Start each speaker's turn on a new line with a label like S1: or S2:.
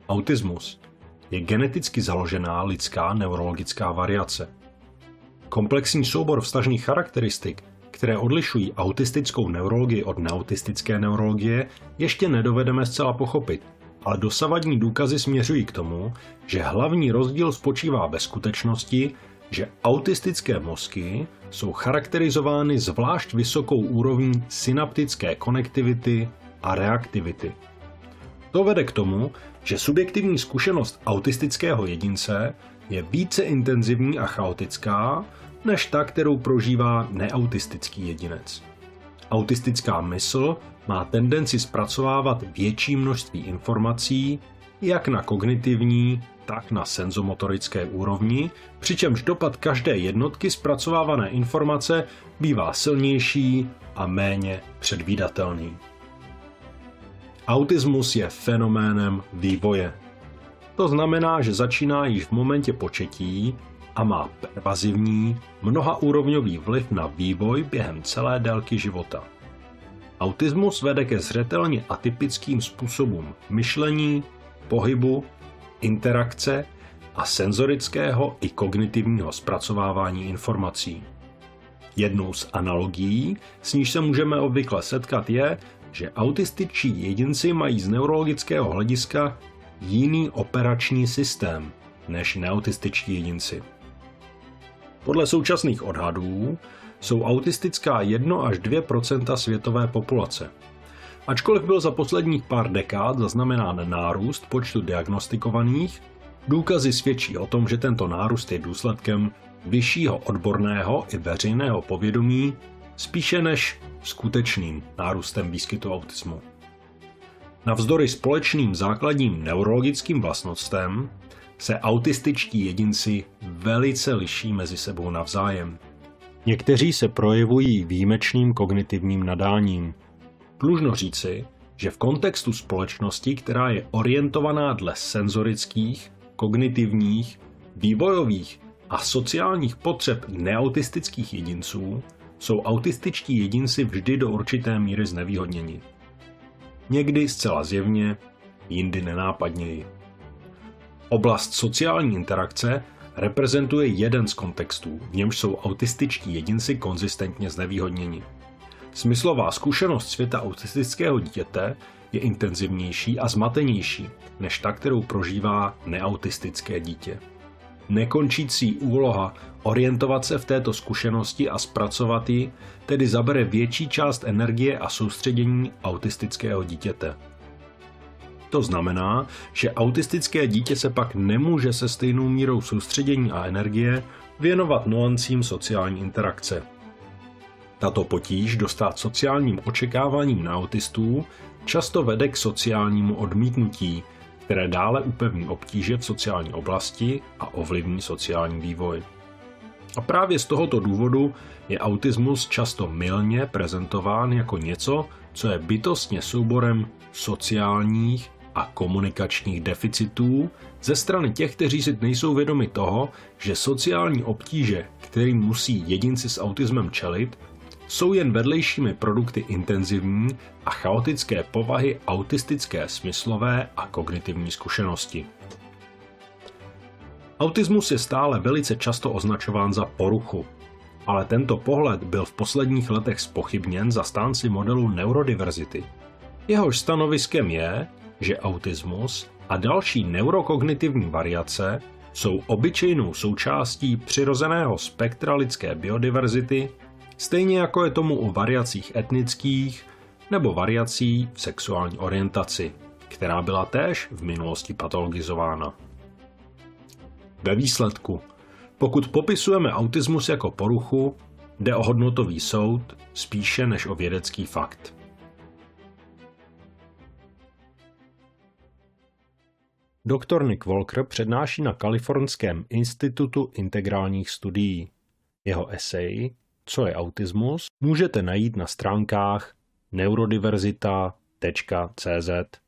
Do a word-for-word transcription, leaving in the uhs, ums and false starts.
S1: Autismus je geneticky založená lidská neurologická variace. Komplexní soubor vztažných charakteristik, které odlišují autistickou neurologii od neautistické neurologie, ještě nedovedeme zcela pochopit, ale dosavadní důkazy směřují k tomu, že hlavní rozdíl spočívá ve skutečnosti, že autistické mozky jsou charakterizovány zvlášť vysokou úrovní synaptické konektivity a reaktivity. To vede k tomu, že subjektivní zkušenost autistického jedince je více intenzivní a chaotická, než ta, kterou prožívá neautistický jedinec. Autistická mysl má tendenci zpracovávat větší množství informací, jak na kognitivní, tak na senzomotorické úrovni, přičemž dopad každé jednotky zpracovávané informace bývá silnější a méně předvídatelný. Autismus je fenoménem vývoje. To znamená, že začíná již v momentě početí a má pervazivní, mnohaúrovňový vliv na vývoj během celé délky života. Autismus vede ke zřetelně atypickým způsobům myšlení, pohybu, interakce a senzorického i kognitivního zpracovávání informací. Jednou z analogií, s níž se můžeme obvykle setkat, je, že autističtí jedinci mají z neurologického hlediska jiný operační systém než neautističtí jedinci. Podle současných odhadů jsou autistická jedna až dvě procenta světové populace. Ačkoliv byl za posledních pár dekád zaznamenán nárůst počtu diagnostikovaných, důkazy svědčí o tom, že tento nárůst je důsledkem vyššího odborného i veřejného povědomí spíše než skutečným nárůstem výskytu autismu. Navzdory společným základním neurologickým vlastnostem se autističtí jedinci velice liší mezi sebou navzájem. Někteří se projevují výjimečným kognitivním nadáním. Dlužno říci, že v kontextu společnosti, která je orientovaná dle senzorických, kognitivních, vývojových a sociálních potřeb neautistických jedinců, jsou autističtí jedinci vždy do určité míry znevýhodněni. Někdy zcela zjevně, jindy nenápadněji. Oblast sociální interakce reprezentuje jeden z kontextů, v němž jsou autističtí jedinci konzistentně znevýhodněni. Smyslová zkušenost světa autistického dítěte je intenzivnější a zmatenější než ta, kterou prožívá neautistické dítě. Nekončící úloha orientovat se v této zkušenosti a zpracovat ji tedy zabere větší část energie a soustředění autistického dítěte. To znamená, že autistické dítě se pak nemůže se stejnou mírou soustředění a energie věnovat nuancím sociální interakce. Tato potíž dostát sociálním očekáváním na autistů často vede k sociálnímu odmítnutí, které dále upevní obtíže v sociální oblasti a ovlivní sociální vývoj. A právě z tohoto důvodu je autismus často mylně prezentován jako něco, co je bytostně souborem sociálních a komunikačních deficitů ze strany těch, kteří si nejsou vědomi toho, že sociální obtíže, kterým musí jedinci s autismem čelit, jsou jen vedlejšími produkty intenzivní a chaotické povahy autistické smyslové a kognitivní zkušenosti. Autismus je stále velice často označován za poruchu, ale tento pohled byl v posledních letech zpochybněn zastánci modelu neurodiverzity. Jehož stanoviskem je, že autismus a další neurokognitivní variace jsou obyčejnou součástí přirozeného spektra lidské biodiverzity, stejně jako je tomu u variacích etnických nebo variací v sexuální orientaci, která byla též v minulosti patologizována. Ve výsledku, pokud popisujeme autismus jako poruchu, jde o hodnotový soud spíše než o vědecký fakt. Doktor Nick Walker přednáší na Kalifornském institutu integrálních studií. Jeho esej Co je autismus? Můžete najít na stránkách neurodiverzita tečka cé zet.